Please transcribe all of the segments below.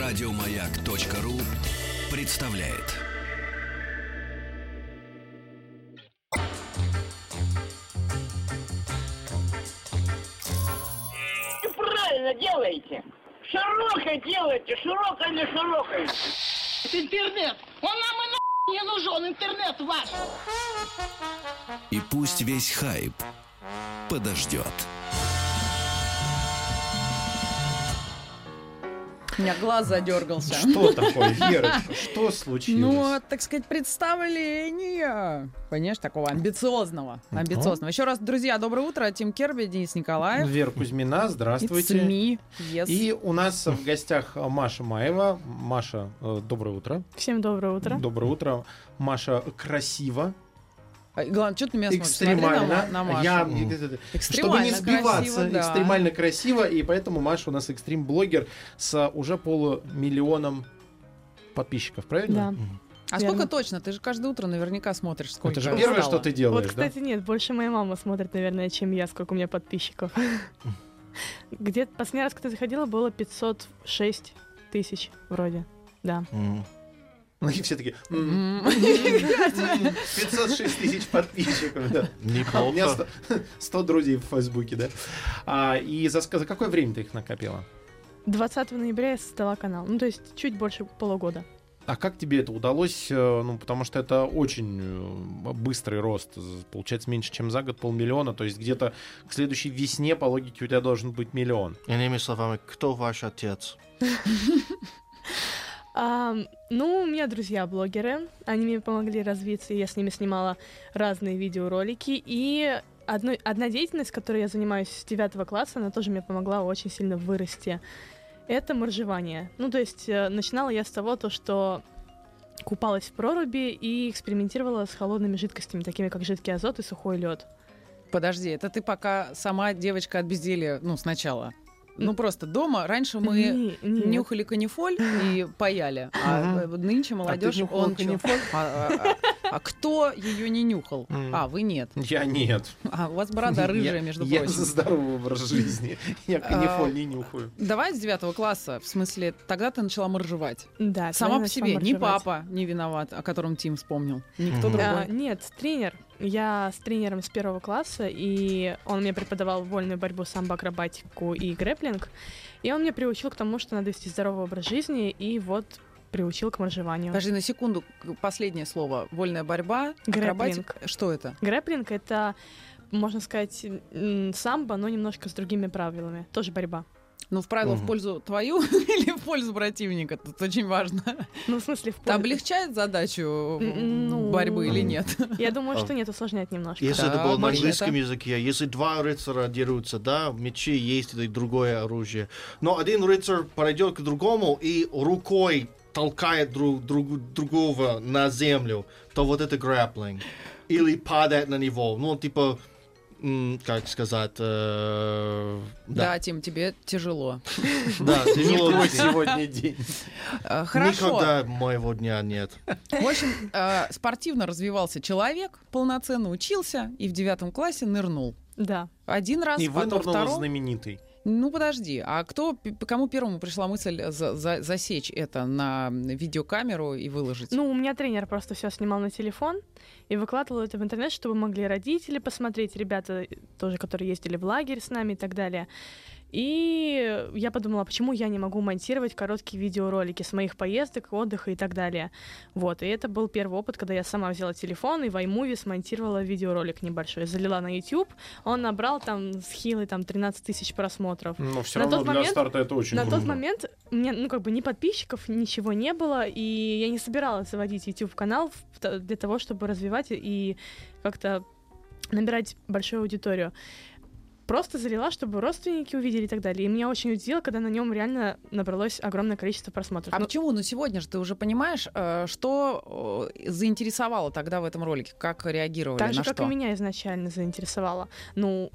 Радиомаяк.ру представляет. Правильно делаете. Широкой делайте, широкой или широкой. Интернет, он нам и не нужен, интернет ваш. И пусть весь хайп подождет. У меня глаз задергался. Что такое, Верочка? Что случилось? Ну, так сказать, представление. Понимаешь, такого амбициозного. Еще раз, друзья, доброе утро. Тим Керби, Денис Николаев. Вера Кузьмина, здравствуйте. It's me. Yes. И у нас в гостях Маша Маева. Маша, доброе утро. Всем доброе утро. Доброе утро. Маша красиво. Главное, что ты меня смотришь? Экстремально. Смотри на Машу. Чтобы не сбиваться, красиво, да. экстремально красиво. И поэтому Маша у нас экстрим-блогер с уже полумиллионом подписчиков, правильно? Да. А Верно. сколько точно? Ты же каждое утро наверняка смотришь, сколько Это же первое, стало. что ты делаешь, Вот, кстати, нет, больше моя мама смотрит, наверное, чем я, сколько у меня подписчиков. Где-то последний раз, когда заходила, было 506 тысяч вроде, да. Ну и все такие... 506 506 тысяч подписчиков, да. У меня 100 друзей в Фейсбуке, да. И за какое время ты их накопила? 20 ноября я создала канал, ну то есть чуть больше полугода. А как тебе это удалось? Ну, потому что это очень быстрый рост. Получается, меньше, чем за год, 500 000. То есть где-то к следующей весне, по логике, у тебя должен быть 1 000 000. Иными словами, кто ваш отец? Ну, у меня друзья-блогеры, они мне помогли развиться, и я с ними снимала разные видеоролики, и одна деятельность, которой я занимаюсь с 9 класса, она тоже мне помогла очень сильно вырасти. Это моржевание. Ну, то есть начинала я с того, что купалась в проруби и экспериментировала с холодными жидкостями, такими как жидкий азот и сухой лед. Подожди, это ты пока сама девочка от безделья, ну, сначала? Ну, просто дома. Раньше мы нюхали канифоль и паяли, а нынче молодежь... канифоль? А кто ее не нюхал? А, вы нет. Я нет. А, у вас борода рыжая, между Я прочим. за здоровый образ жизни. Я канифоль не нюхаю. Давай с 9 класса, в смысле, тогда ты начала моржевать. Да, Сама я по себе, начала ни моржевать. папа не виноват, о котором Тим вспомнил, никто другой. Нет, тренер. Я с тренером с 1 класса, и он мне преподавал вольную борьбу, самбо-акробатику и грэпплинг. И он меня приучил к тому, что надо вести здоровый образ жизни, и вот приучил к моржеванию. Подожди на секунду, последнее слово. Вольная борьба, акробатика. Что это? Грэпплинг — это, можно сказать, самбо, но немножко с другими правилами. Тоже борьба. Ну, в правило, в пользу твою или в пользу противника? Тут очень важно. Ну, в смысле, в Это пользу. облегчает задачу борьбы или нет? Я думаю, что нет, усложняет немножко. Если это Да, было на Марина, английском языке, если два рыцаря дерутся, да, мечи есть или другое оружие, но один рыцарь подойдет к другому и рукой толкает другого на землю, то вот это грэпплинг. Или падает на него. Ну, типа, как сказать... Да, Тим, тебе тяжело. Да, Не тяжело. твой сегодня день. Хорошо. Никогда моего дня нет. В общем, спортивно развивался человек, полноценно учился и в 9 классе нырнул. Да. Один раз, И потом вынырнула второй. знаменитый. Ну, подожди, а кому первому пришла мысль засечь это на видеокамеру и выложить? Ну, у меня тренер просто все снимал на телефон и выкладывал это в интернет, чтобы могли родители посмотреть, ребята тоже, которые ездили в лагерь с нами и так далее. И я подумала, почему я не могу монтировать короткие видеоролики с моих поездок, отдыха и так далее. Вот, и это был первый опыт, когда я сама взяла телефон и в iMovie смонтировала видеоролик небольшой. Залила на YouTube, он набрал там с хилой 13 тысяч просмотров. Но все На равно тот для момент- старта это очень На круто. тот момент у меня, ни подписчиков, ничего не было, и я не собиралась заводить YouTube-канал для того, чтобы развивать и как-то набирать большую аудиторию. Просто залила, чтобы родственники увидели и так далее. И меня очень удивило, когда на нем реально набралось огромное количество просмотров. А почему? Ну, сегодня же ты уже понимаешь, что заинтересовало тогда в этом ролике, как реагировали, Так же, на как что? и меня изначально заинтересовало. Ну,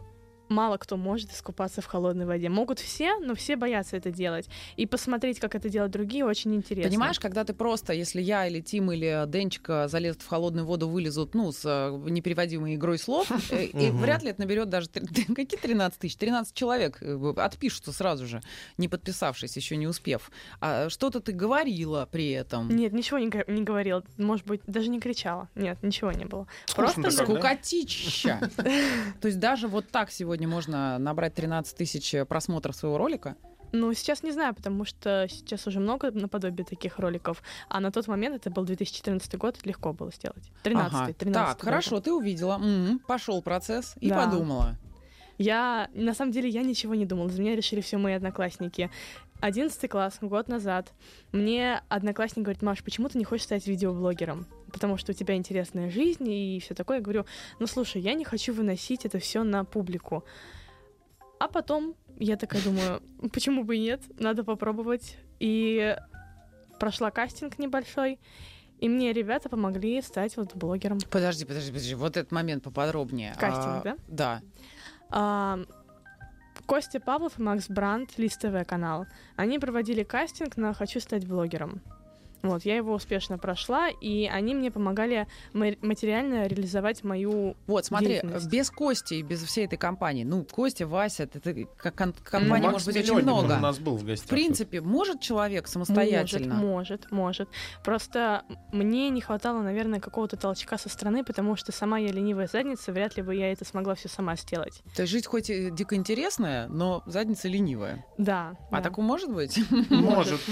мало кто может искупаться в холодной воде. Могут все, но все боятся это делать. И посмотреть, как это делают другие, очень интересно. Понимаешь, когда ты просто, если я или Тим или Денчика залезут в холодную воду, вылезут, ну, с непереводимой игрой слов, и вряд ли это наберет даже... Какие 13 тысяч? 13 человек отпишутся сразу же, не подписавшись, еще не успев. А что-то ты говорила при этом? Нет, ничего не говорила. Может быть, даже не кричала. Нет, ничего не было. Просто скукотища. То есть даже вот так сегодня можно набрать 13 тысяч просмотров своего ролика? Ну, сейчас не знаю, потому что сейчас уже много наподобие таких роликов, а на тот момент, это был 2014 год, легко было сделать. 13-й. Так, хорошо, ты увидела, пошел процесс и подумала. На самом деле, я ничего не думала, за меня решили все мои одноклассники. 11 класс, год назад, мне одноклассник говорит: Маш, почему ты не хочешь стать видеоблогером? Потому что у тебя интересная жизнь и все такое. Я говорю: ну слушай, я не хочу выносить это все на публику. А потом я такая думаю, почему бы и нет, надо попробовать. И прошла кастинг небольшой, и мне ребята помогли стать вот блогером. Подожди, вот этот момент поподробнее. Кастинг, да? Да. Костя Павлов и Макс Брандт, Лист ТВ канал, они проводили кастинг на «Хочу стать блогером». Вот, я его успешно прошла, и они мне помогали материально реализовать мою деятельность. Без Кости и без всей этой компании, ну, Костя, Вася, это компания может быть очень много. У нас был в гостях. В принципе, может человек самостоятельно? Может. Просто мне не хватало, наверное, какого-то толчка со стороны, потому что сама я ленивая задница, вряд ли бы я это смогла все сама сделать. То есть жить хоть и дико интересная, но задница ленивая? Да. А такое может быть? Может.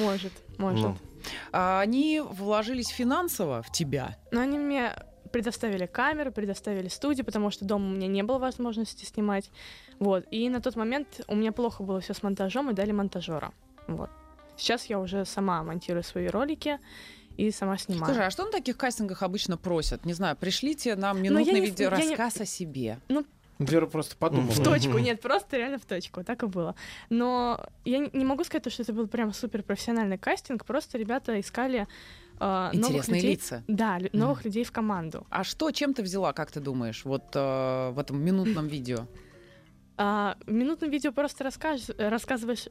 Они вложились финансово в тебя? Но они мне предоставили камеру, предоставили студию, потому что дома у меня не было возможности снимать. Вот. И на тот момент у меня плохо было все с монтажом, и дали монтажера. Вот. Сейчас я уже сама монтирую свои ролики и сама снимаю. Слушай, а что на таких кастингах обычно просят? Не знаю, пришлите нам минутный видеорассказ о себе. Вера просто подумала. В точку, нет, просто реально в точку, так и было. Но я не могу сказать, что это был прям супер профессиональный кастинг, просто ребята искали интересные лица. Да, новых людей в команду. А чем ты взяла, как ты думаешь, вот в этом минутном видео? В минутном видео просто рассказываешь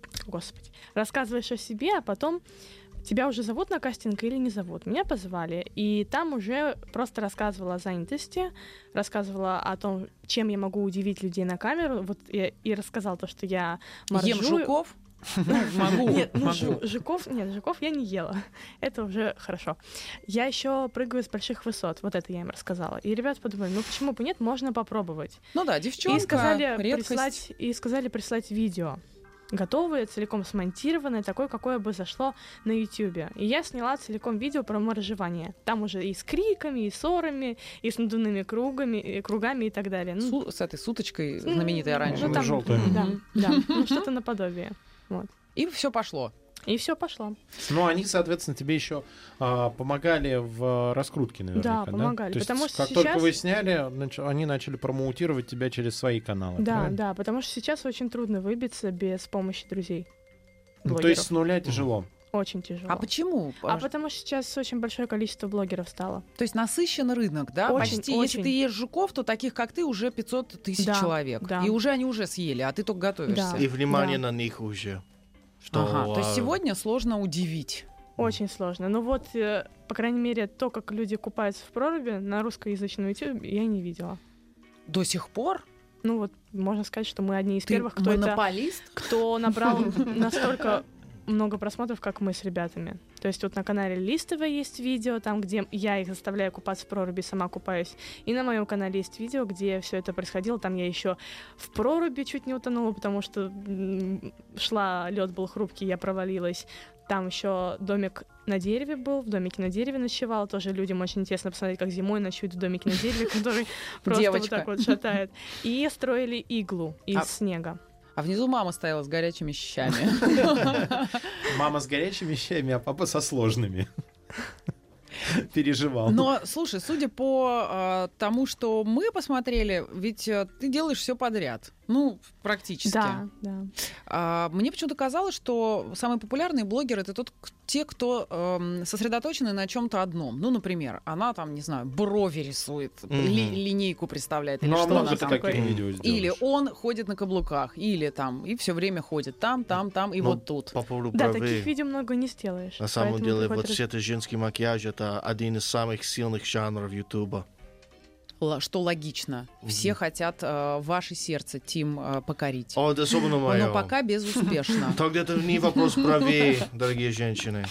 о себе, а потом тебя уже зовут на кастинг или не зовут? Меня позвали, и там уже просто рассказывала о занятости, рассказывала о том, чем я могу удивить людей на камеру, вот и рассказала то, что я моржую. Ем жуков? Могу. Нет, жуков я не ела. Это уже хорошо. Я еще прыгаю с больших высот. Вот это я им рассказала. И ребята подумали, ну почему бы нет, можно попробовать. Ну да, девчонка, редкость. И сказали прислать видео. Готовое, целиком смонтированное, такое, какое бы зашло на Ютьюбе. И я сняла целиком видео про моржевание. Там уже и с криками, и ссорами, и с надувными кругами и так далее. С этой суточкой знаменитой оранжевой. Желтой. Да, что-то наподобие. Вот. И все пошло. И все пошло. Ну, они, соответственно, тебе еще помогали в раскрутке, наверняка. Да, помогали. То есть, потому что как сейчас... только вы сняли, они начали промоутировать тебя через свои каналы. Да, правильно? да, потому что сейчас очень трудно выбиться без помощи друзей. Ну, то есть с нуля тяжело. Очень тяжело. А почему? Потому что сейчас очень большое количество блогеров стало. То есть насыщен рынок, да? Очень, почти. очень. Если ты ешь жуков, то таких, как ты, уже 500 тысяч человек. Да. И они уже съели, а ты только готовишься. Да. И внимание на них уже. То есть сегодня сложно удивить. Очень сложно. Но вот, по крайней мере, то, как люди купаются в проруби на русскоязычном YouTube, я не видела. До сих пор? Ну вот, можно сказать, что мы одни из Ты первых, кто набрал настолько много просмотров, как мы с ребятами. То есть вот на канале Лист ТВ есть видео, там, где я их заставляю купаться в проруби, сама купаюсь. И на моем канале есть видео, где все это происходило. Там я еще в проруби чуть не утонула, потому что лед был хрупкий, я провалилась. Там еще домик на дереве был, в домике на дереве ночевала. Тоже людям очень интересно посмотреть, как зимой ночуют в домике на дереве, который просто вот так вот шатает. И строили иглу из снега. А внизу мама стояла с горячими щами. Мама с горячими щами, а папа со сложными. переживал. Но, слушай, судя по тому, что мы посмотрели, ведь ты делаешь все подряд. Ну, практически. Да. Мне почему-то казалось, что самые популярные блогеры — это те, кто сосредоточены на чем-то одном. Ну, например, она там, не знаю, брови рисует, линейку представляет, или Ну, а что она много ты там. таких видео сделаешь. Или он ходит на каблуках, или там, и все время ходит там, и Ну, вот тут. По поводу Да, бровей. таких видео много не сделаешь. На самом поэтому деле, приходится вот это женский макияж, это один из самых сильных жанров Ютуба. Что логично. Все хотят ваше сердце, Тим, покорить. О, да, особенно мое. Но пока безуспешно. Тогда это не вопрос бровей, дорогие женщины.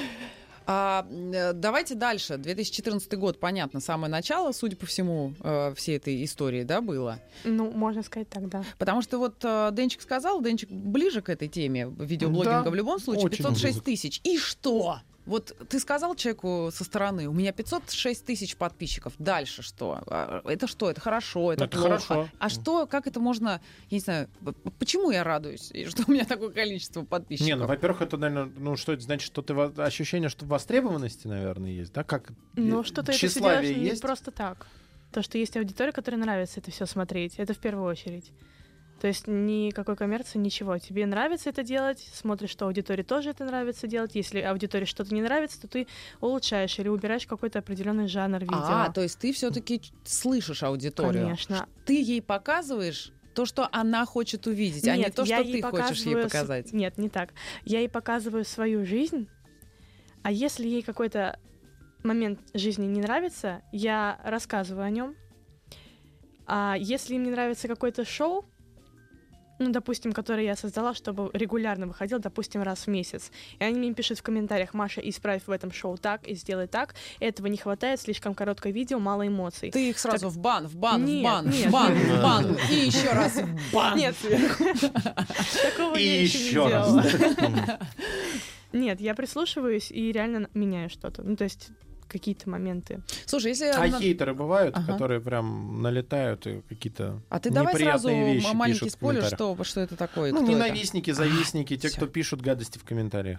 Давайте дальше. 2014 год, понятно, самое начало, судя по всему, всей этой истории, да, было? Ну, можно сказать так, да. Потому что вот Денчик сказал, Денчик ближе к этой теме видеоблогинга Да, в любом случае, очень 506 близок. тысяч. И что? Вот ты сказал человеку со стороны, у меня 506 тысяч подписчиков. Дальше что? Это что? Это хорошо, это Это плохо. хорошо. А что, как это можно, я не знаю, почему я радуюсь, и что у меня такое количество подписчиков? Не, ну, во-первых, это, наверное, ну, что это значит, что ты ощущение, что востребованности, наверное, есть, да? Как Но что-то это все тщеславие делаешь не есть? просто так. То, что есть аудитория, которой нравится это все смотреть, это в первую очередь. То есть никакой коммерции, ничего. Тебе нравится это делать, смотришь, что аудитории тоже это нравится делать. Если аудитории что-то не нравится, то ты улучшаешь или убираешь какой-то определенный жанр видео. То есть ты все-таки слышишь аудиторию. Конечно. Ты ей показываешь то, что она хочет увидеть, а не то, я что ты хочешь ей показать. Нет, не так. Я ей показываю свою жизнь, а если ей какой-то момент жизни не нравится, я рассказываю о нем. А если им не нравится какое-то шоу, ну, допустим, которое я создала, чтобы регулярно выходил, допустим, раз в месяц. И они мне пишут в комментариях: Маша, исправь в этом шоу так и сделай так. Этого не хватает, слишком короткое видео, мало эмоций. Ты их сразу Так- в бан, Нет, нет. в бан, и еще раз в бан. Нет, такого И я еще не еще раз. делала. Нет, я прислушиваюсь и реально меняю что-то. Ну, то есть какие-то моменты. Слушай, если... А хейтеры бывают, Ага. которые прям налетают и какие-то А ты давай сразу неприятные вещи маленький пишут в спойлер, комментариях. что это такое, Ну, кто это? ненавистники, завистники, те, всё. кто пишут гадости в комментариях.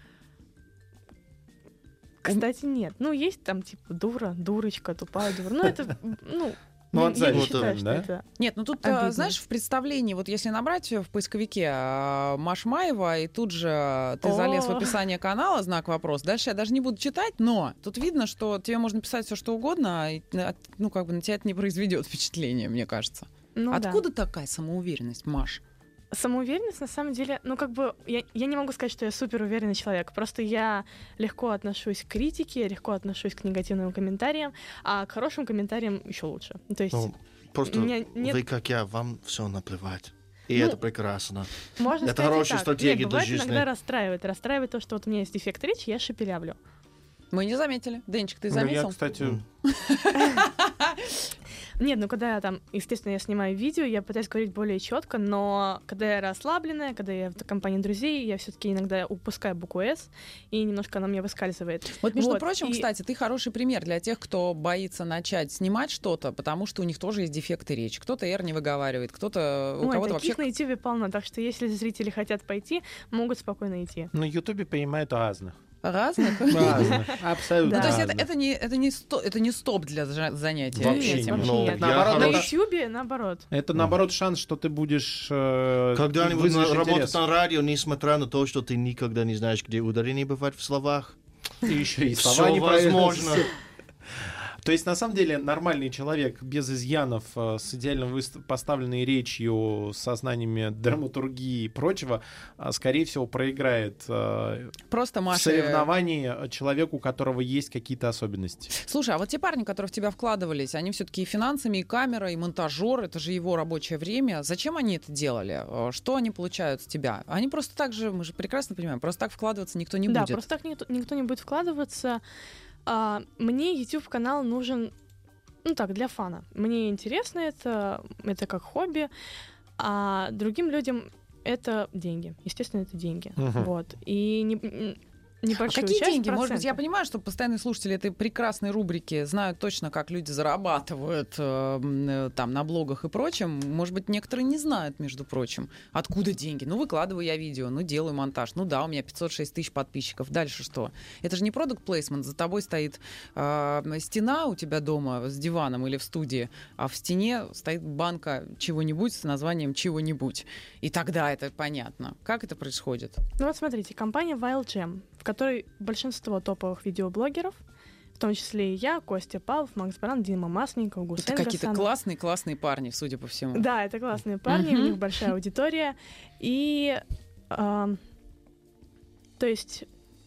Кстати, нет. Ну, есть там, типа, дура, дурочка, тупая дура. Ну, это, ну... Ну, от я не зависти, считаю, что да? это... Нет, ну тут, Обидно. знаешь, в представлении, вот если набрать в поисковике Маша Маева, и тут же ты залез в О. описание канала, знак вопрос. Дальше я даже не буду читать, но тут видно, что тебе можно писать все что угодно, и, ну, как бы на тебя это не произведет впечатление, мне кажется. Ну, да. Откуда такая самоуверенность, Маш? Самоуверенность, на самом деле, ну, как бы, я не могу сказать, что я супер уверенный человек. Просто я легко отношусь к критике, легко отношусь к негативным комментариям, а к хорошим комментариям еще лучше. То есть, Ну, просто у меня нет- вы, как я, вам все наплевать. И Ну, это прекрасно. можно это сказать и хорошая так. стратегия Нет, для бывает жизни. иногда расстраивает. Расстраивает то, что вот у меня есть дефект речи, я шепелявлю. Мы не заметили. Денчик, ты Ну, заметил? я, кстати, Нет, ну когда я там, естественно, я снимаю видео, я пытаюсь говорить более четко, но когда я расслабленная, когда я в компании друзей, я все-таки иногда упускаю букву «С», и немножко она мне выскальзывает. Вот, между Вот, прочим, и- кстати, ты хороший пример для тех, кто боится начать снимать что-то, потому что у них тоже есть дефекты речи. Кто-то «р» не выговаривает, кто-то... У Ой, кого-то вообще... таких на Ютубе полно, так что если зрители хотят пойти, могут спокойно идти. на Ютубе понимают разных. Разных? Разных. Абсолютно Ну, то есть разных. это не стоп для занятия Вообще этим. не. вообще Ну, нет. я Наоборот, На хорош- Ютубе, наоборот. Это, наоборот, шанс, что ты будешь... Когда-нибудь вызовешь работать интерес. на радио, несмотря на то, что ты никогда не знаешь, где ударение бывает в словах. И еще и Всё слова неправильно. возможно. То есть, на самом деле, нормальный человек без изъянов, с идеально поставленной речью, со знаниями драматургии и прочего, скорее всего, проиграет Просто, в Маша... соревновании человеку, у которого есть какие-то особенности. Слушай, а вот те парни, которые в тебя вкладывались, они все-таки и финансами, и камерой, и монтажер, это же его рабочее время. Зачем они это делали? Что они получают с тебя? Они просто так же, мы же прекрасно понимаем, просто так вкладываться никто не Да, будет. просто так никто не будет вкладываться. Мне YouTube-канал нужен, ну так, для фана. Мне интересно это как хобби, а другим людям это деньги. Естественно, это деньги. Мгм. Вот. И небольшую Какие часть деньги? Может быть, я процентов. понимаю, что постоянные слушатели этой прекрасной рубрики знают точно, как люди зарабатывают там на блогах и прочем. Может быть, некоторые не знают, между прочим, откуда деньги. Ну, выкладываю я видео, ну, делаю монтаж. Ну да, у меня 506 тысяч подписчиков. Дальше что? Это же не product placement. За тобой стоит стена у тебя дома с диваном или в студии, а в стене стоит банка чего-нибудь с названием чего-нибудь. И тогда это понятно. Как это происходит? Ну вот смотрите, компания Wild Jam, в которой большинство топовых видеоблогеров, в том числе и я, Костя Павлов, Макс Баран, Дима Масленников, Это Гусейн какие-то Гасанов. классные парни, судя по всему. Да, это классные парни, у них большая аудитория. И, то есть...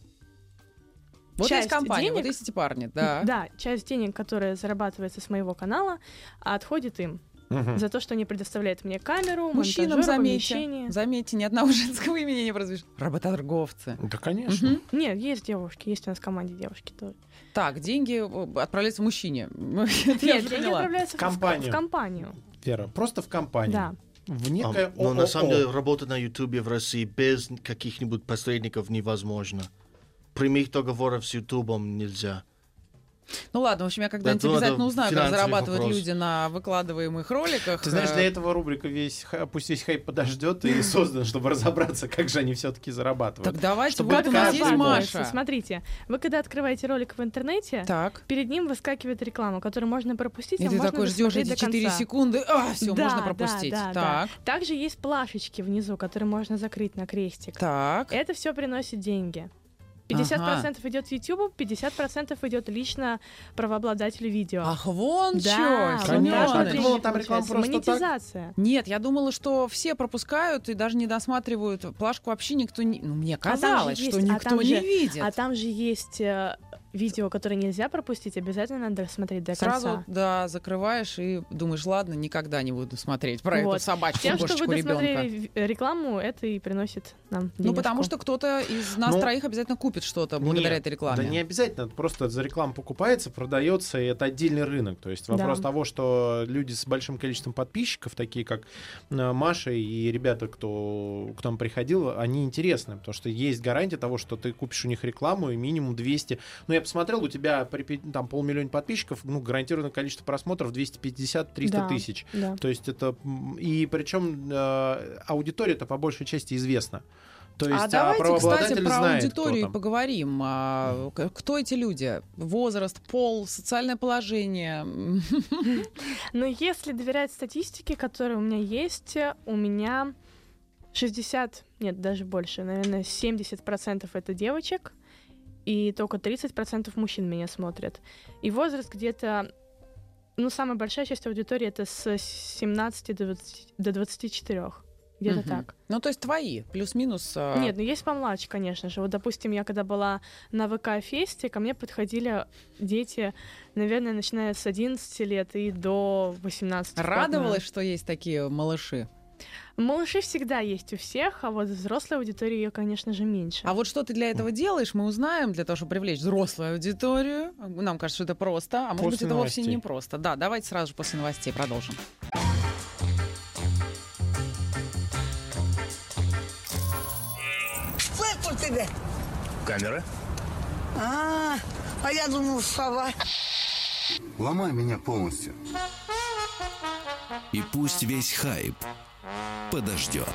Вот часть есть компания, денег- вот есть эти парни, да. Да, часть денег, которая зарабатывается с моего канала, отходит им. За то, что они предоставляют мне камеру, Мужчинам монтажера, заметьте, помещение. заметьте, ни одного женского имени не прозвучит. Работорговцы. Да, конечно. Нет, есть девушки, есть у нас в команде девушки тоже. Так, деньги отправляются мужчине. Это я Нет, уже деньги поняла. отправляются В компанию. в компанию. Вера, просто в компанию. Да. В некое Но на самом ООО. деле работать на Ютубе в России без каких-нибудь посредников невозможно. Прямых договоров с Ютубом нельзя. Ну ладно, в общем, я когда-нибудь Да, ну, обязательно это узнаю, как финансовый зарабатывают вопрос. люди на выкладываемых роликах. Ты знаешь, для этого рубрика «Пусть весь хайп подождет» и создан, чтобы разобраться, как же они все-таки зарабатывают. Так давайте, Чтобы вот у нас каждый есть мог. Маша. Смотрите, вы когда открываете ролик в интернете, Так. перед ним выскакивает реклама, которую можно пропустить, И а ты можно такой ждешь досмотреть эти до 4 конца. секунды. Все, Да, можно да, пропустить. да, да. Так, Также есть плашечки внизу, которые можно закрыть на крестик. так. Это все приносит деньги. 50% идет YouTube, 50% идет лично правообладателю видео. Ах, вон да, чё, конечно. вот так вот Я Семёныч. думала, деньги там реклама получаются. просто так. Монетизация. Нет, я думала, что все пропускают и даже не досматривают. Плашку вообще никто не... Ну, мне казалось, есть- что а никто там не же- видит. А там же есть видео, которое нельзя пропустить, обязательно надо смотреть до Сразу, конца. да, закрываешь и думаешь, ладно, никогда не буду смотреть про Вот. эту собачку, Тем, что кошечку вы ребенка. досмотрели рекламу, это и приносит нам денежку. Ну, потому что кто-то из нас Ну, троих обязательно купит что-то благодаря Нет, этой рекламе. Да не обязательно, это просто за рекламу покупается, продается, и это отдельный рынок. То есть вопрос Да. того, что люди с большим количеством подписчиков, такие как Маша и ребята, кто к нам приходил, они интересны, потому что есть гарантия того, что ты купишь у них рекламу и минимум 200. Ну, я посмотрел, у тебя там 500 000 подписчиков, ну, гарантированное количество просмотров 250-300 Да. тысяч. Да. То есть это... И причем аудитория-то по большей части известна. То есть, Давайте, кстати, правообладатель про знает, аудиторию кто там. поговорим. Кто эти люди? Возраст, пол, социальное положение? Но если доверять статистике, которая у меня есть, у меня 60, нет, даже больше, наверное, 70% это девочек, и только 30% мужчин меня смотрят. И возраст где-то, ну, самая большая часть аудитории это с 17 до 24. Где-то Мгм. так. Ну, то есть твои, плюс-минус. Нет, ну есть помладше, конечно же. Вот, допустим, я когда была на ВК-фесте, ко мне подходили дети, наверное, начиная с 11 лет и до 18. Радовалась, что есть такие малыши? Малыши всегда есть у всех, а вот взрослая аудитория ее, конечно же, меньше. А вот что ты для этого делаешь, мы узнаем, для того, чтобы привлечь взрослую аудиторию. Нам кажется, что это просто, а может быть, После это вовсе новостей. не просто. Да, давайте сразу же после новостей продолжим. Слышь, тебе? Камера. А я думал, сова. Ломай меня полностью. И пусть весь хайп подождет.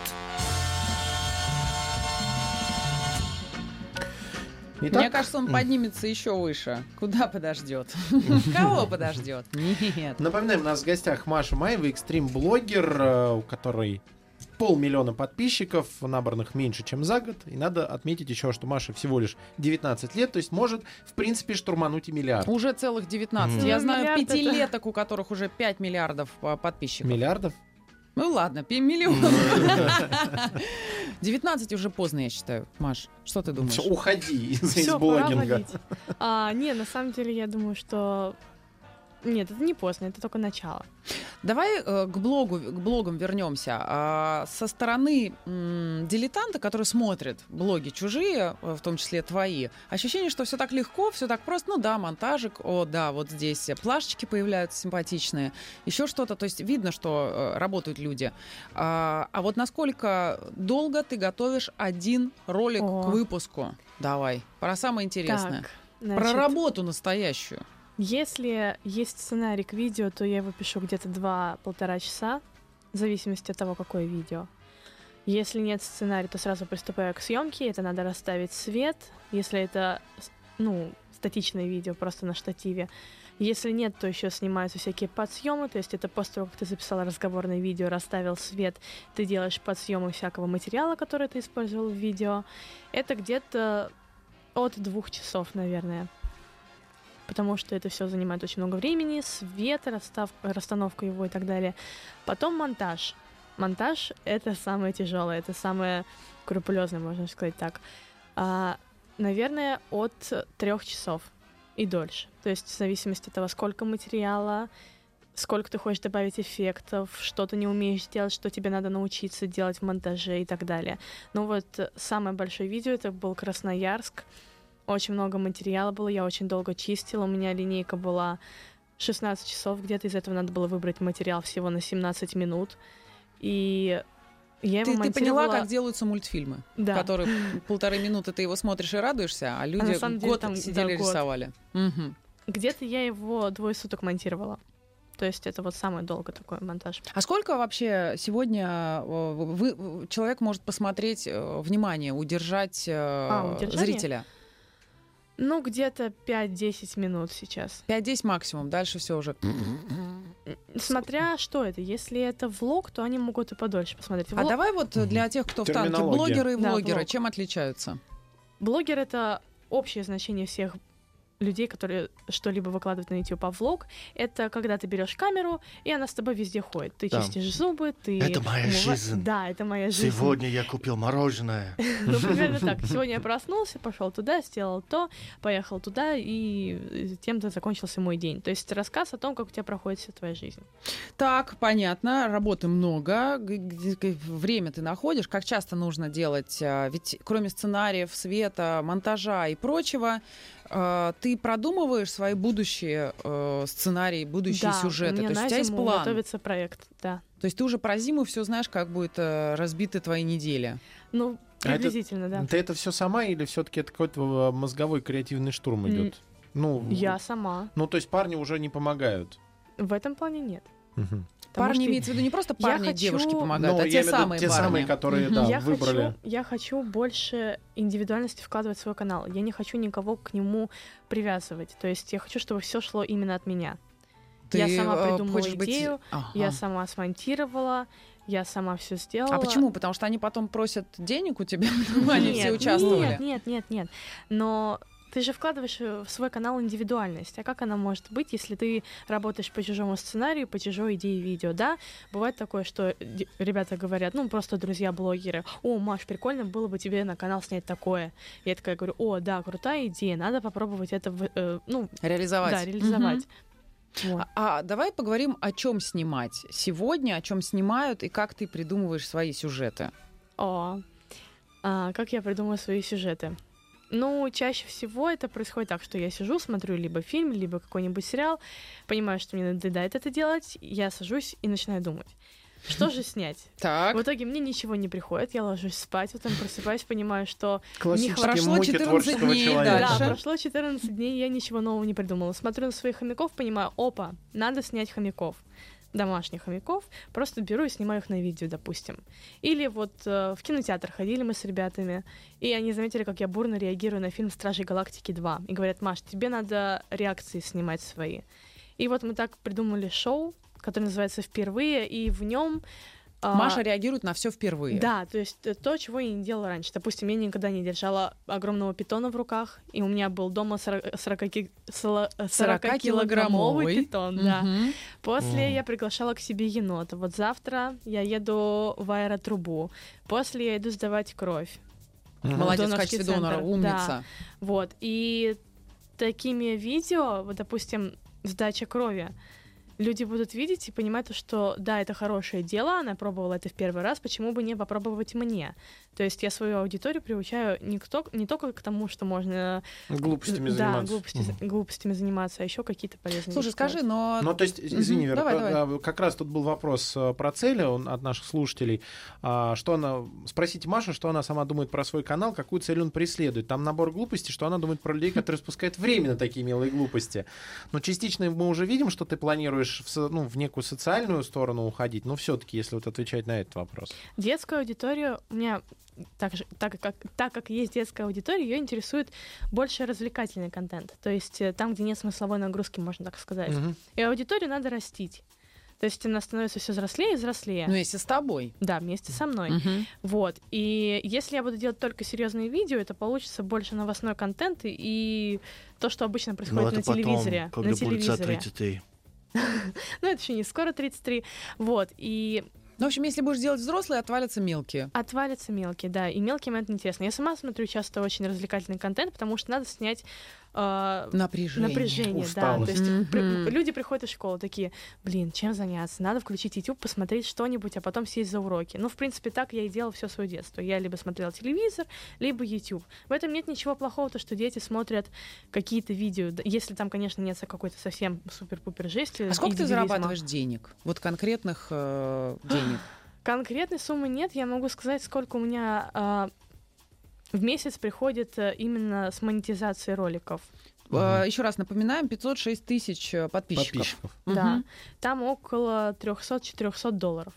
Итак, Мне кажется, он поднимется еще выше. Куда подождет? Кого подождет? Нет. напоминаем, у нас в гостях Маша Маева, экстрим-блогер, у которой 500 000 подписчиков, набранных меньше, чем за год. И надо отметить еще, что Маша всего лишь 19 лет, то есть может, в принципе, штурмануть и миллиард. Уже целых 19. Ну, Я знаю миллиард это- пятилеток, у которых уже 5 миллиардов подписчиков. Миллиардов? Ну ладно, миллионов. 19 уже поздно, я считаю. Маш, что ты думаешь? Всё, уходи из Всё, пора блогинга. валить. Не, на самом деле, я думаю, что Нет, это не поздно, это только начало. Давай к блогам вернемся. Со стороны дилетанта, который смотрит блоги чужие, в том числе твои, ощущение, что все так легко, все так просто. Ну да, монтажик, вот здесь плашечки появляются симпатичные, еще что-то. То есть видно, что работают люди. А вот насколько долго ты готовишь один ролик к выпуску? Давай, про самое интересное. Так, значит, про работу настоящую. Если есть сценарий к видео, то я его пишу где-то 2-1,5 часа, в зависимости от того, какое видео. Если нет сценария, то сразу приступаю к съемке. Это надо расставить свет. Если это, статичное видео, просто на штативе. Если нет, то еще снимаются всякие подсъемы. То есть это после того, как ты записал разговорное видео, расставил свет, ты делаешь подсъемы всякого материала, который ты использовал в видео. Это где-то от 2 часов, наверное. Потому что это все занимает очень много времени, свет, расстановка его и так далее. Потом монтаж. Монтаж — это самое тяжелое, это самое скрупулезное, можно сказать так. Наверное, от 3 часов и дольше. То есть в зависимости от того, сколько материала, сколько ты хочешь добавить эффектов, что ты не умеешь делать, что тебе надо научиться делать в монтаже и так далее. Ну вот самое большое видео — это был Красноярск. Очень много материала было, я очень долго чистила, у меня линейка была 16 часов, где-то из этого надо было выбрать материал всего на 17 минут. И я его монтировала... Ты поняла, как делаются мультфильмы, да. которые 1,5 минуты ты его смотришь и радуешься, а люди год там сидели рисовали. Угу. Где-то я его 2 суток монтировала. То есть это вот самый долгий такой монтаж. А сколько вообще сегодня человек может посмотреть, внимание, удержать зрителя? Ну, где-то 5-10 минут сейчас. 5-10 максимум, дальше все уже. Смотря что это. Если это влог, то они могут и подольше посмотреть. А давай вот для тех, кто в танке, блогеры и влогеры, чем отличаются? Блогер — это общее значение всех людей, которые что-либо выкладывают на YouTube. А влог — это когда ты берешь камеру, и она с тобой везде ходит. Ты чистишь зубы, ты... Это моя жизнь. Да, это моя жизнь. Сегодня я купил мороженое. Ну, примерно так. Сегодня я проснулся, пошел туда, сделал то, поехал туда, и тем-то закончился мой день. То есть рассказ о том, как у тебя проходит вся твоя жизнь. Так, понятно. Работы много. Время ты находишь. Как часто нужно делать? Ведь кроме сценариев, света, монтажа и прочего, ты продумываешь свои будущие сценарии, будущие сюжеты? То есть у тебя есть план? Готовится проект, да. То есть ты уже про зиму все знаешь, как будет разбиты твои недели? Ну, приблизительно, да. Ты это все сама или все-таки это какой-то мозговой креативный штурм идет? Я сама. Ну, то есть парни уже не помогают? В этом плане нет. Угу. Парни имеется в виду не просто парни, девушки помогают, а те самые парни. Те самые, которые, выбрали. Я хочу больше индивидуальности вкладывать в свой канал. Я не хочу никого к нему привязывать. То есть я хочу, чтобы все шло именно от меня. Я сама придумала идею, я сама смонтировала, я сама все сделала. А почему? Потому что они потом просят денег у тебя, они все участвовали? Нет. Но ты же вкладываешь в свой канал индивидуальность. А как она может быть, если ты работаешь по чужому сценарию, по чужой идее видео, да? Бывает такое, что ребята говорят, просто друзья-блогеры: «О, Маш, прикольно было бы тебе на канал снять такое». Я такая говорю: «О, да, крутая идея, надо попробовать это реализовать». Да, реализовать. Вот. А давай поговорим, о чем снимать сегодня, о чем снимают и как ты придумываешь свои сюжеты. Как я придумываю свои сюжеты? Чаще всего это происходит так, что я сижу, смотрю либо фильм, либо какой-нибудь сериал, понимаю, что мне надоедает это делать, я сажусь и начинаю думать, что же снять. Так. В итоге мне ничего не приходит, я ложусь спать, потом просыпаюсь, понимаю, что прошло 14 дней дальше. Да, прошло 14 дней, я ничего нового не придумала. Смотрю на своих хомяков, понимаю, надо снять хомяков. Домашних хомяков, просто беру и снимаю их на видео, допустим. Или вот в кинотеатр ходили мы с ребятами, и они заметили, как я бурно реагирую на фильм «Стражи Галактики 2». И говорят: «Маш, тебе надо реакции снимать свои». И вот мы так придумали шоу, которое называется «Впервые», и в нем Маша реагирует на все впервые. Да, то есть то, чего я не делала раньше. Допустим, я никогда не держала огромного питона в руках, и у меня был дома 40-килограммовый питон. Да. После я приглашала к себе енота. Вот завтра я еду в аэротрубу. После я иду сдавать кровь. Молодец, в качестве донора, умница. Да. Вот, и такими видео, вот, допустим, сдача крови. Люди будут видеть и понимать, что да, это хорошее дело, она пробовала это в первый раз, почему бы не попробовать мне? То есть я свою аудиторию приучаю не только к тому, что можно... Глупостями да, заниматься. глупостями заниматься, а еще какие-то полезные Слушай, вещи скажи, делать. но... Ну, то есть, извини, Вера, давай. как раз тут был вопрос про цели от наших слушателей. Спросите Машу, что она сама думает про свой канал, какую цель он преследует. Там набор глупостей, что она думает про людей, которые спускают время на такие милые глупости. Но частично мы уже видим, что ты планируешь в некую социальную сторону уходить, но все-таки, если вот отвечать на этот вопрос. Детскую аудиторию у меня, так как есть детская аудитория, ее интересует больше развлекательный контент. То есть там, где нет смысловой нагрузки, можно так сказать. И аудиторию надо растить. То есть она становится все взрослее и взрослее. Ну, если с тобой. Да, вместе со мной. Вот. И если я буду делать только серьезные видео, это получится больше новостной контент и то, что обычно происходит на телевизоре. Когда будет за 33. Ну, это еще не скоро 33. Вот. И... Ну, в общем, если будешь делать взрослые, отвалятся мелкие. Отвалятся мелкие, да. И мелким это неинтересно. Я сама смотрю часто очень развлекательный контент, потому что надо снять напряжение, да. То есть люди приходят из школы такие, чем заняться? Надо включить YouTube, посмотреть что-нибудь, а потом сесть за уроки. Ну, в принципе, так я и делала все свое детство. Я либо смотрела телевизор, либо YouTube. В этом нет ничего плохого, то, что дети смотрят какие-то видео, если там, конечно, нет какой-то совсем супер-пупер жести. А сколько ты зарабатываешь денег? Вот конкретных денег? Конкретной суммы нет. Я могу сказать, сколько у меня... в месяц приходит именно с монетизацией роликов. Еще раз напоминаем, 506 тысяч подписчиков. Да. Там около $300-400.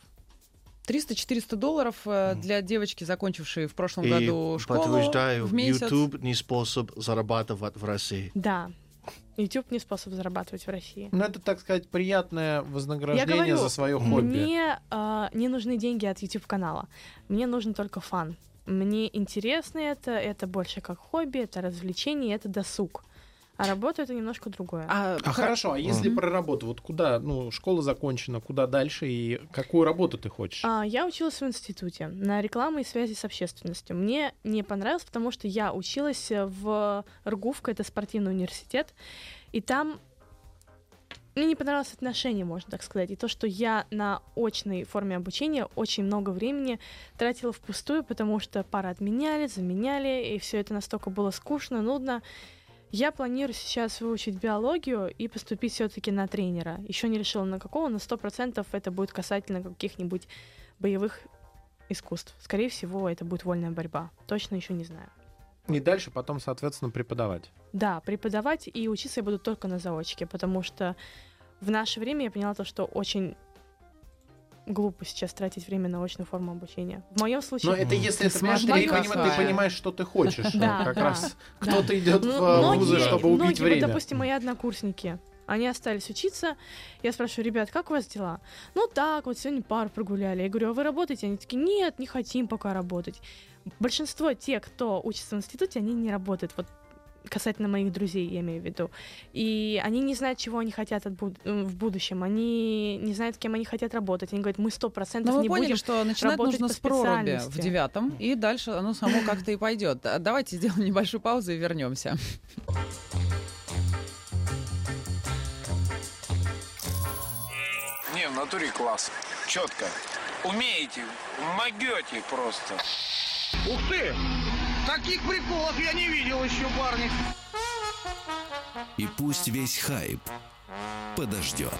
$300-400 для девочки, закончившей в прошлом году школу подтверждаю, в месяц. YouTube не способ зарабатывать в России. Да. YouTube не способ зарабатывать в России. Ну, это, так сказать, приятное вознаграждение за свое хобби. Мне не нужны деньги от YouTube-канала. Мне нужен только фан. Мне интересно это больше как хобби, это развлечение, это досуг. А работа — это немножко другое. Хорошо, а если про работу, вот куда, школа закончена, куда дальше и какую работу ты хочешь? Я училась в институте на рекламы и связи с общественностью. Мне не понравилось, потому что я училась в РГУФК, это спортивный университет, и там мне не понравилось отношение, можно так сказать, и то, что я на очной форме обучения очень много времени тратила впустую, потому что пары отменяли, заменяли, и все это настолько было скучно, нудно. Я планирую сейчас выучить биологию и поступить все-таки на тренера. Еще не решила на какого, но 100% это будет касательно каких-нибудь боевых искусств. Скорее всего, это будет вольная борьба. Точно еще не знаю. И дальше потом, соответственно, преподавать. Да, преподавать и учиться я буду только на заочке, потому что в наше время я поняла то, что очень глупо сейчас тратить время на очную форму обучения. В моем случае... Но это если ты понимаешь, что ты хочешь. Как раз кто-то идет в вузы, чтобы убить время. Допустим, мои однокурсники, они остались учиться. Я спрашиваю, ребят, как у вас дела? Ну так, вот сегодня пару прогуляли. Я говорю, а вы работаете? Они такие, нет, не хотим пока работать. Большинство тех, кто учится в институте, они не работают. Вот касательно моих друзей, я имею в виду. И они не знают, чего они хотят в будущем. Они не знают, кем они хотят работать. Они говорят, мы 100% не будем. Мы поняли, что начинать нужно с проруби в 9-м, и дальше оно само как-то и пойдет. Давайте сделаем небольшую паузу и вернемся. Не, в натуре класс. Четко. Умеете, могете просто. Ух ты! Таких приколов я не видел еще, парни. И пусть весь хайп подождет.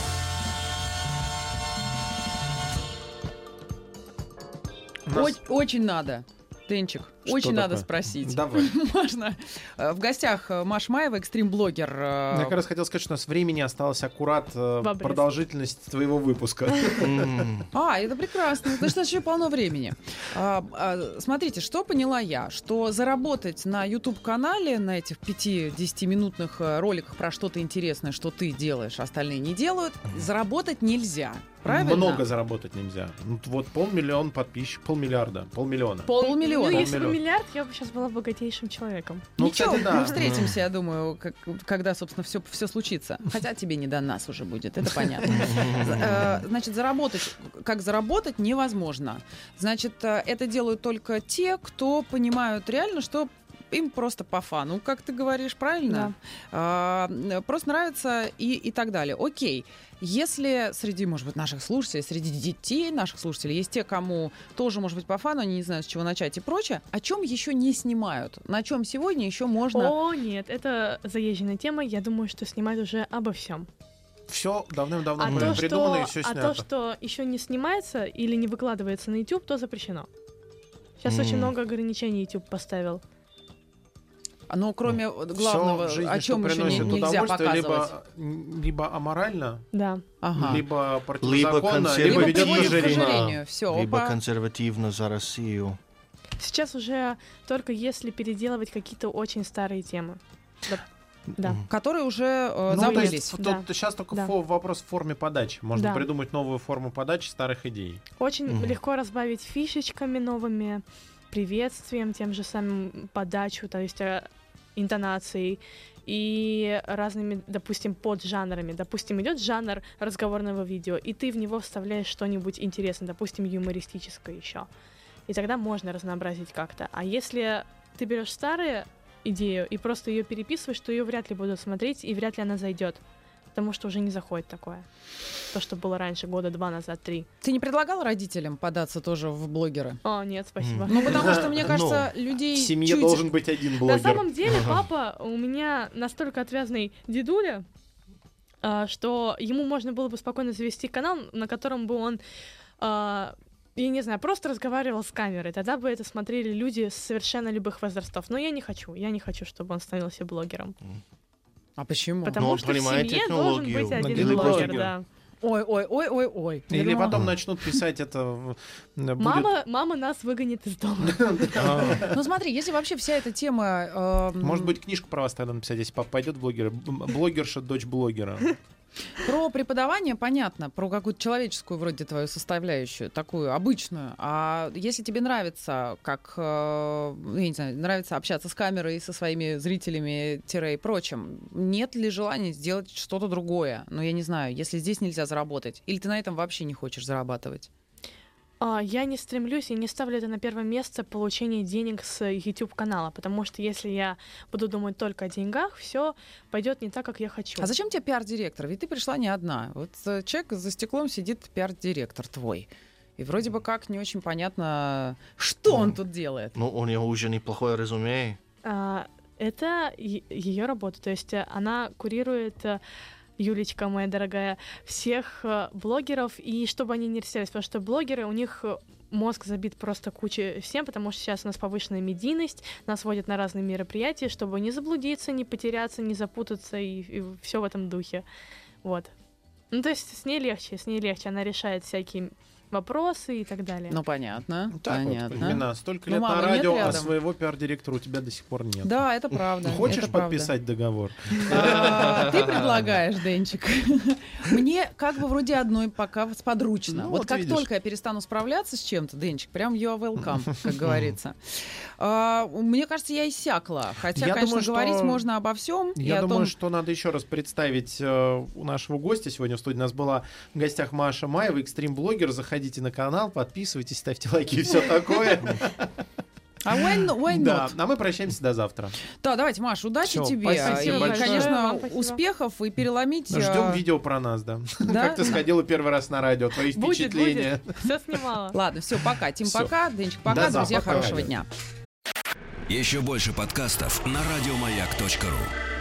Очень надо. Тенчик, очень надо спросить. Давай. Можно. В гостях Маша Маева, экстрим-блогер. Я как раз хотел сказать, что у нас времени осталось аккурат продолжительность твоего выпуска. Это прекрасно. Значит, у нас еще полно времени. Смотрите, что поняла я, что заработать на YouTube-канале, на этих 5-10-минутных роликах про что-то интересное, что ты делаешь, остальные не делают, заработать нельзя. Правильно? Много заработать нельзя. Вот 500 000 подписчиков, полмиллиона. Ну, если бы миллиард, я бы сейчас была богатейшим человеком. Ничего, кстати, да. Мы встретимся, я думаю, когда, собственно, все случится. Хотя тебе не до нас уже будет, это понятно. Значит, как заработать невозможно. Значит, это делают только те, кто понимают реально, что им просто по фану, как ты говоришь, правильно? Просто нравится и так далее. Окей. Если среди, может быть, наших слушателей, среди детей наших слушателей есть те, кому тоже, может быть, по фану, они не знают, с чего начать и прочее, о чем еще не снимают? На чем сегодня еще можно... О, нет, это заезженная тема. Я думаю, что снимают уже обо всем. Все давным-давно придумано и все снято. А то, что еще не снимается или не выкладывается на YouTube, то запрещено. Сейчас очень много ограничений YouTube поставил. Но кроме главного, жизни, о чем еще нельзя показывать. Либо аморально, да. либо противозаконно, либо ведет к ожирению. Либо консервативно за Россию. Сейчас уже только если переделывать какие-то очень старые темы. Да. Которые уже забылись. Сейчас только вопрос в форме подачи. Можно придумать новую форму подачи старых идей. Очень легко разбавить фишечками новыми, приветствием, тем же самым подачу, то есть интонацией и разными, допустим, поджанрами. Допустим, идет жанр разговорного видео, и ты в него вставляешь что-нибудь интересное, допустим, юмористическое еще. И тогда можно разнообразить как-то. А если ты берешь старые идею и просто ее переписываешь, то ее вряд ли будут смотреть, и вряд ли она зайдет. Потому что уже не заходит такое. То, что было раньше, года 2 назад, 3. Ты не предлагал родителям податься тоже в блогеры? О, нет, спасибо. Ну, потому что, мне кажется, людей... В семье должен быть один блогер. На самом деле, папа у меня настолько отвязный дедуля, что ему можно было бы спокойно завести канал, на котором бы он... я не знаю, просто разговаривал с камерой. Тогда бы это смотрели люди с совершенно любых возрастов. Но я не хочу, чтобы он становился блогером. А почему? Потому что в семье должен быть один блогер, да. Ой. Или потом начнут писать это... Мама нас выгонит из дома. Ну смотри, если вообще вся эта тема... Может быть, книжку про вас тогда написать, если папа пойдет в блогеры. Блогерша, дочь блогера. Про преподавание понятно, про какую-то человеческую вроде твою составляющую, такую обычную. А если тебе нравится, я не знаю, нравится общаться с камерой и со своими зрителями и прочим, нет ли желания сделать что-то другое? Ну, я не знаю, если здесь нельзя заработать. Или ты на этом вообще не хочешь зарабатывать? Я не стремлюсь и не ставлю это на первое место получение денег с YouTube-канала, потому что если я буду думать только о деньгах, все пойдет не так, как я хочу. А зачем тебе пиар-директор? Ведь ты пришла не одна. Вот человек за стеклом сидит, пиар-директор твой. И вроде бы как не очень понятно, что он тут делает. Ну, у него уже неплохое резюме. Это ее работа. То есть она курирует... Юлечка, моя дорогая, всех блогеров, и чтобы они не растерялись, потому что блогеры, у них мозг забит просто кучей всем, потому что сейчас у нас повышенная медийность, нас водят на разные мероприятия, чтобы не заблудиться, не потеряться, не запутаться, и все в этом духе. Вот. Ну, то есть с ней легче, она решает всякие вопросы и так далее. Ну, понятно. Так понятно. Вот, столько лет на радио, а своего пиар-директора у тебя до сих пор нет. Да, это правда. Хочешь подписать договор? Ты предлагаешь, Денчик. Мне как бы вроде одной пока сподручно. Вот как только я перестану справляться с чем-то, Денчик, прям you are welcome, как говорится. Мне кажется, я иссякла. Хотя, конечно, говорить можно обо всем. Я думаю, что надо еще раз представить у нашего гостя. Сегодня в студии у нас была в гостях Маша Маева, экстрим-блогер. Заходите на канал, подписывайтесь, ставьте лайки и все такое. А why not? Да, а мы прощаемся до завтра. Да, давайте, Маш, удачи тебе. Спасибо и, большое. конечно, успехов и переломить... Ждем видео про нас, да. Как ты сходила первый раз на радио, твои впечатления. Будет. Все снимала. Ладно, все, пока. Тим, пока. Денчик, пока. Друзья, хорошего дня. Еще больше подкастов на радиомаяк.ру.